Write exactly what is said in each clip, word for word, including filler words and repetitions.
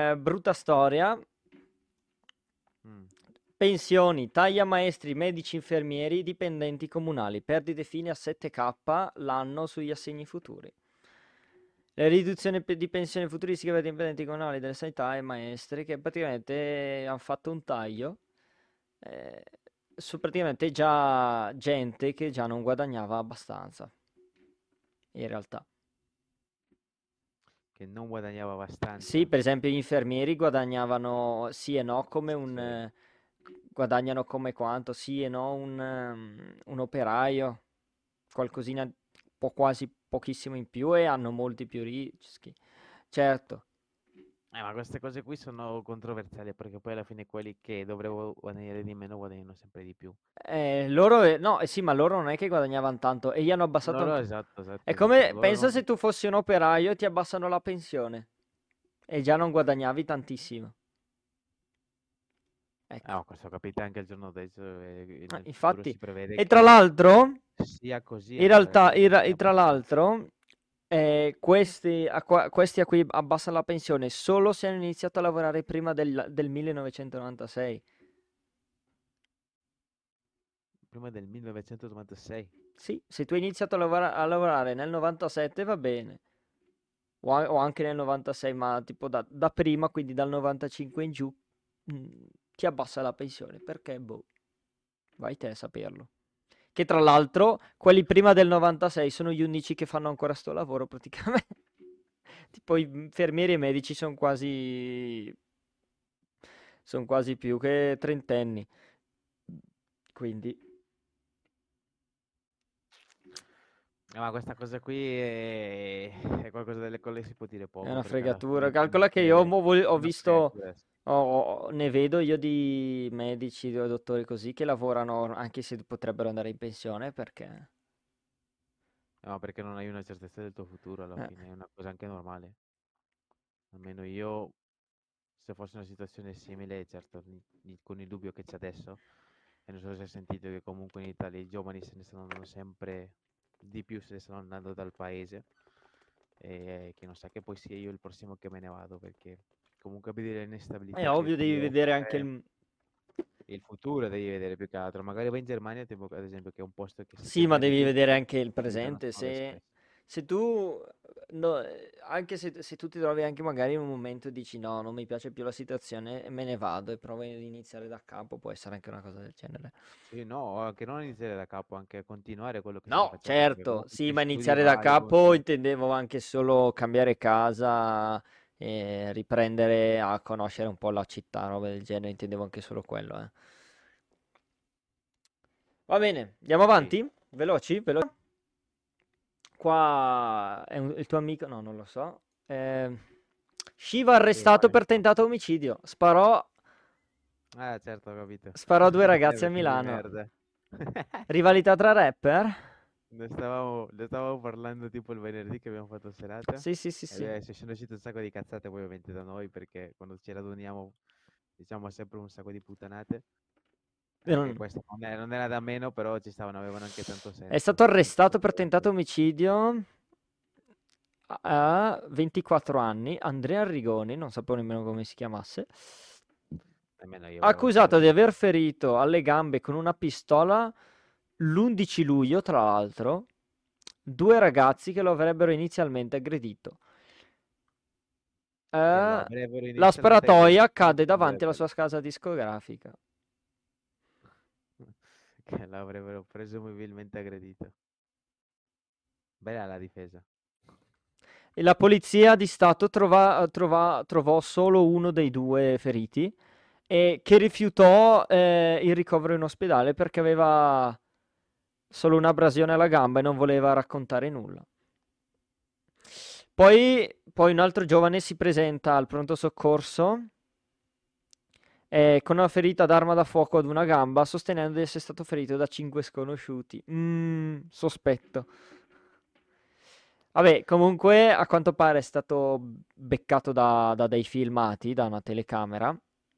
Eh, brutta storia. Mm. Pensioni, taglia maestri, medici, infermieri, dipendenti comunali, perdite fine a sette K l'anno sugli assegni futuri. La riduzione pe- di pensioni futuristiche per i dipendenti comunali delle sanità e maestri che praticamente hanno fatto un taglio eh, su praticamente già gente che già non guadagnava abbastanza, in realtà. Che non guadagnava Sì, abbastanza. per esempio gli infermieri guadagnavano sì e no come un... Sì. eh, guadagnano come quanto, sì e no un, ehm, un operaio, qualcosina, po' quasi pochissimo in più e hanno molti più rischi. Certo, Eh, ma queste cose qui sono controversiali perché poi alla fine quelli che dovrebbero guadagnare di meno guadagnano sempre di più. eh, loro, eh, no, eh sì, ma loro non è che guadagnavano tanto e gli hanno abbassato Loro, ancora. esatto, È esatto, esatto. come, Loro pensa non... se tu fossi un operaio e ti abbassano la pensione e già non guadagnavi tantissimo. Eh, Ecco. ma questo capita anche il giorno adesso e Eh, nel futuro infatti, si prevede e tra che l'altro, sia così in ancora, realtà, che in non ra- sia e tra abbastanza. l'altro, eh, questi, a qua- questi a cui abbassano la pensione solo se hanno iniziato a lavorare prima del, del millenovecentonovantasei. Prima del millenovecentottantasei. Sì, se tu hai iniziato a, lavora- a lavorare nel novantasette va bene, o, a- o anche nel novantasei, ma tipo da, da prima, quindi dal novantacinque in giù, mm, ti abbassa la pensione, perché boh, vai te a saperlo. Che tra l'altro, quelli prima del novantasei sono gli unici che fanno ancora sto lavoro praticamente. Tipo i infermieri e medici sono quasi... sono quasi più che trentenni. Quindi Eh, ma questa cosa qui è... è qualcosa delle quali si può dire è poco una perché alla fregatura. fine Calcola che io comunque mo vol- è ho una visto... fregatura. ho- ne vedo io di medici, di dottori così che lavorano anche se potrebbero andare in pensione perché... No, perché non hai una certezza del tuo futuro alla eh, fine, è una cosa anche normale. Almeno io, se fosse una situazione simile, certo, ni- ni- con il dubbio che c'è adesso, e non so se hai sentito che comunque in Italia i giovani se ne stanno andando sempre di più, se ne stanno andando dal paese, e che non sa che poi sia io il prossimo che me ne vado, perché comunque vedere è l'instabilità che ovvio, devi puoi vedere anche essere, il... il futuro devi vedere più che altro. Magari vai in Germania, tipo, ad esempio, che è un posto che si Sì, ma tenderebbe devi più vedere su, anche il la vita presente. nasconde Se, spesso. se tu, no, eh, anche se, se tu ti trovi anche magari in un momento e dici no, non mi piace più la situazione e me ne vado e provo ad iniziare da capo, può essere anche una cosa del genere. Sì, no, anche non iniziare da capo, anche a continuare quello che stai No, facendo, perché certo, comunque sì, se ma studi iniziare da vai, capo continui. intendevo anche solo cambiare casa e riprendere a conoscere un po' la città, roba del genere, intendevo anche solo quello, eh. Va bene, andiamo Sì, avanti? Veloci? Veloci? Qua è un- il tuo amico, no, non lo so. Eh, Shiva sì, arrestato vai. per tentato omicidio. Sparò, Ah, certo, ho capito. sparò a due ragazze a Sempre film di Milano. merda. Rivalità tra rapper? Ne stavamo, ne stavamo parlando tipo il venerdì che abbiamo fatto serata. Sì, sì, sì, Ed sì. è, si sono uscite un sacco di cazzate poi ovviamente da noi, perché quando ci raduniamo diciamo sempre un sacco di puttanate. E Anche non- questo non era, non era da meno, però ci stavano, avevano anche tanto È senso. stato Quindi arrestato per tentato effettivamente, omicidio a ventiquattro anni. Andrea Arrigoni, non sapevo nemmeno come si chiamasse. nemmeno io avevo Accusato sentito di di aver questo. ferito alle gambe con una pistola l'undici luglio, tra l'altro, due ragazzi che lo avrebbero inizialmente aggredito. Che lo Eh, avrebbero la inizialmente sparatoia aggredito, cade lo davanti alla sua avrebbero. casa discografica. Che l'avrebbero presumibilmente aggredito. Bella la difesa. E la polizia di Stato trova- trova- trovò solo uno dei due feriti e che rifiutò eh, il ricovero in ospedale perché aveva solo un'abrasione alla gamba e non voleva raccontare nulla. Poi, poi un altro giovane si presenta al pronto soccorso eh, con una ferita d'arma da fuoco ad una gamba, sostenendo di essere stato ferito da cinque sconosciuti. Mm, sospetto. Vabbè, comunque a quanto pare è stato beccato da, da dei filmati, da una telecamera.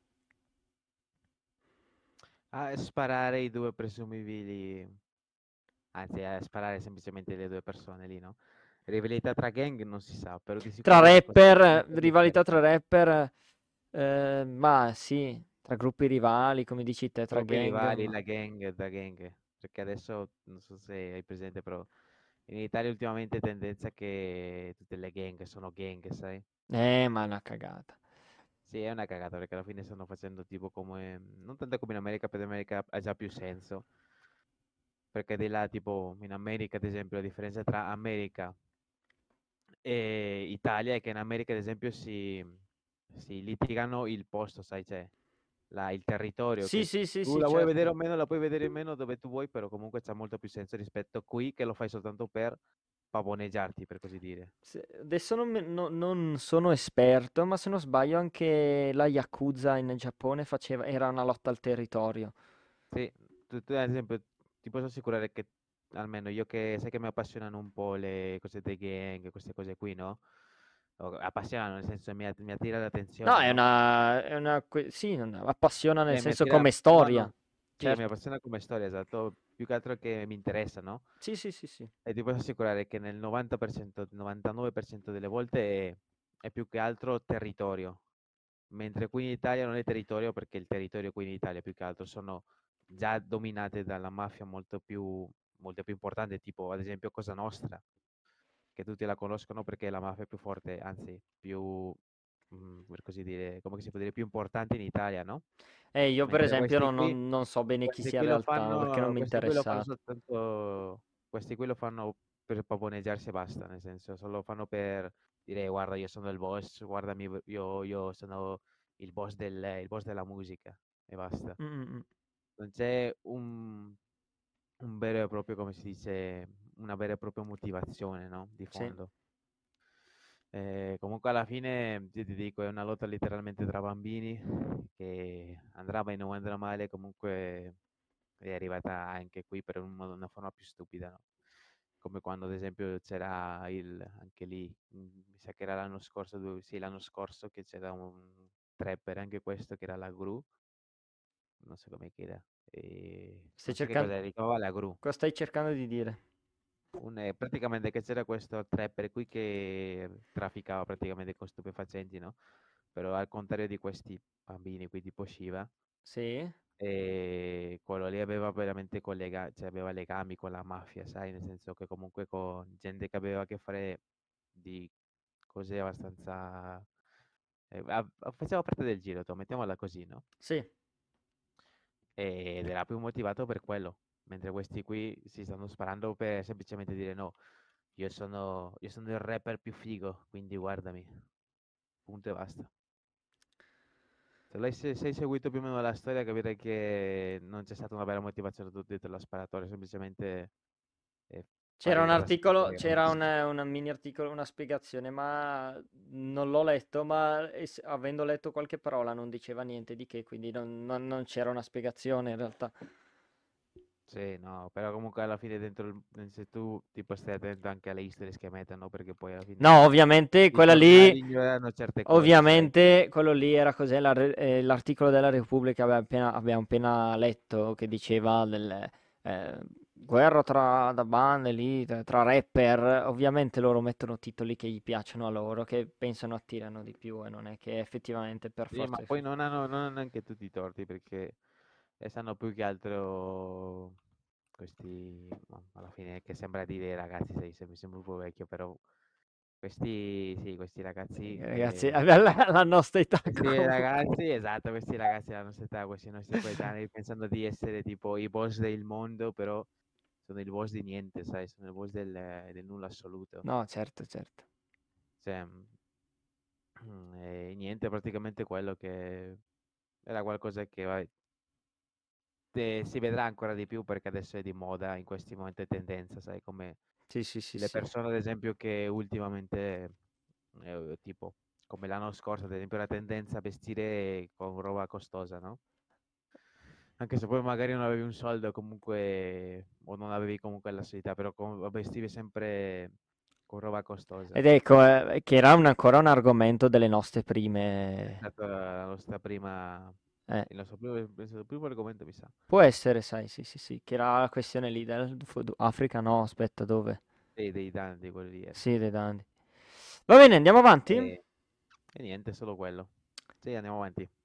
A sparare i due presumibili, anzi a sparare semplicemente le due persone lì, no? Rivalità tra gang non si sa, però di Tra sicuro questa rapper, persona è rivalità tra esperta. rapper. Eh, ma sì, tra gruppi rivali, come dici te, tra Gruppi gang, rivali, ma... la gang, da gang. Perché adesso, non so se hai presente, però in Italia ultimamente è tendenza che tutte le gang sono gang, sai? Eh, ma è una cagata. Sì, è una cagata perché alla fine stanno facendo tipo come, non tanto come in America, perché in America ha già più senso. Perché di là, tipo in America, ad esempio, la differenza tra America e Italia è che in America, ad esempio, si, si litigano il posto, sai, cioè la- il territorio Sì, che sì, sì, tu sì, la vuoi vedere certo. o meno, la puoi vedere o meno dove tu vuoi, però comunque c'ha molto più senso rispetto a qui che lo fai soltanto per pavoneggiarti, per così dire. Se- Adesso non, me- no- non sono esperto, ma se non sbaglio anche la Yakuza in Giappone faceva, era una lotta al territorio. Sì, tu, tu, ad esempio, ti posso assicurare che almeno io che sai che mi appassionano un po' le cose dei gang, queste cose qui, no? O- Appassionano, nel senso mi, att- mi attira No, l'attenzione, è no? una, è una, que- sì, non- appassiona nel Eh, mi senso attira, come no, storia, no, sì, mi certo. appassiona come storia, esatto, più che altro che mi interessa, no? Sì, sì, sì, sì. E ti posso assicurare che nel novanta per cento, novantanove per cento delle volte è, è più che altro territorio, mentre qui in Italia non è territorio perché il territorio qui in Italia più che altro sono già dominate dalla mafia molto più, molto più importante, tipo ad esempio Cosa Nostra, che tutti la conoscono perché è la mafia più forte, anzi più, mm, per così dire, come si può dire, più importante in Italia, no? E io per Mentre esempio questi non, qui non- non so bene chi questi sia in qui lo realtà, perché non fanno mi è questi qui lo fanno interessato. soltanto questi qui lo fanno per pavoneggiarsi e basta, nel senso, solo lo fanno per dire: "Guarda, io sono il boss, guardami, v io io sono il boss del il boss della musica", e basta. Mm, mm, mm. Non c'è un un vero e proprio, come si dice, una vera e propria motivazione, no, di Sì, fondo. Ehm, comunque alla fine, io ti dico, è una lotta letteralmente tra bambini che andrà bene o andrà male, comunque è arrivata anche qui per un modo una forma più stupida, no, come quando ad esempio c'era il anche lì, mhmm, mi sa che era l'anno scorso, dove sì, l'anno scorso che c'era un trapper, anche questo, che era la Gru, non so come che era, ehm, stai non so che cercando... cos'era, si chiamava la Gru. Cosa stai cercando di dire? Un ehm, praticamente che c'era questo trapper qui che trafficava praticamente con stupefacenti, no, però al contrario di questi bambini qui tipo Shiva, Sì? ehm, quello lì aveva veramente collega cioè aveva legami con la mafia, sai, nel senso che comunque con gente che aveva a che fare di cose abbastanza ehm, a a faceva parte del giro, toh, mettiamola così, no, Sì. ed era più motivato per quello, mentre questi qui si stanno sparando per semplicemente dire: "No, io sono io sono il rapper più figo, quindi guardami". Punto e basta. Se l'hai se se hai seguito più o meno la storia capirai che non c'è stata una vera motivazione tu dietro la sparatoria, semplicemente, ehm, C'era fare un il rastrello articolo, e c'era un, basta. un mini articolo, una spiegazione, ma non l'ho letto, ma es- avendo letto qualche parola non diceva niente di che, quindi non, non- non c'era una spiegazione in realtà. Sì, no, però comunque alla fine dentro il mhmm, se tu tipo stai attento anche alle history che mettono, perché poi alla fine No, ovviamente i quella lì, giornali ignorano certe cose, sai? ovviamente quello lì era cos'è, la re- eh, l'articolo della Repubblica abbiamo appena, abbiamo appena letto che diceva del eh, guerra tra da bande lì, tra, tra rapper. Ovviamente loro mettono titoli che gli piacciono a loro, che pensano attirano di più e non è che effettivamente per Sì, ma forza. poi non hanno non hanno neanche tutti i torti perché, ehm, sanno più che altro questi ma alla fine che sembra dire ragazzi, sei sem sembro un po' vecchio, però questi sì, questi ragazzi Ragazzi, che alla, alla nostra età questi comunque. ragazzi esatto, questi ragazzi della nostra età, questi nostri coetanei pensando di essere tipo i boss del mondo, però sono il boss di niente, sai, sono il boss del del nulla assoluto. No, certo, certo. Cioè, mhmm, e niente, praticamente quello che era qualcosa che vai Ehm, si vedrà ancora di più perché adesso è di moda, in questi momenti è tendenza, sai, come Sì, sì, sì, le sì. persone ad esempio che ultimamente, ehm, tipo come l'anno scorso ad esempio, la tendenza a vestire con roba costosa, no, anche se poi magari non avevi un soldo comunque o non avevi comunque la solidità, però com vestivi sempre con roba costosa. Ed ecco, eh, che era un- ancora un argomento delle nostre È prime... stata la nostra prima eh, il nostro primo penso il primo argomento mi sa. può essere, sai, sì, sì, sì, che era la questione lì del fu- Africa, no, aspetta, dove? Dei dei danni quello lì era. Sì, dei danni. Va bene, andiamo avanti? E e niente, solo quello. Sì, andiamo avanti.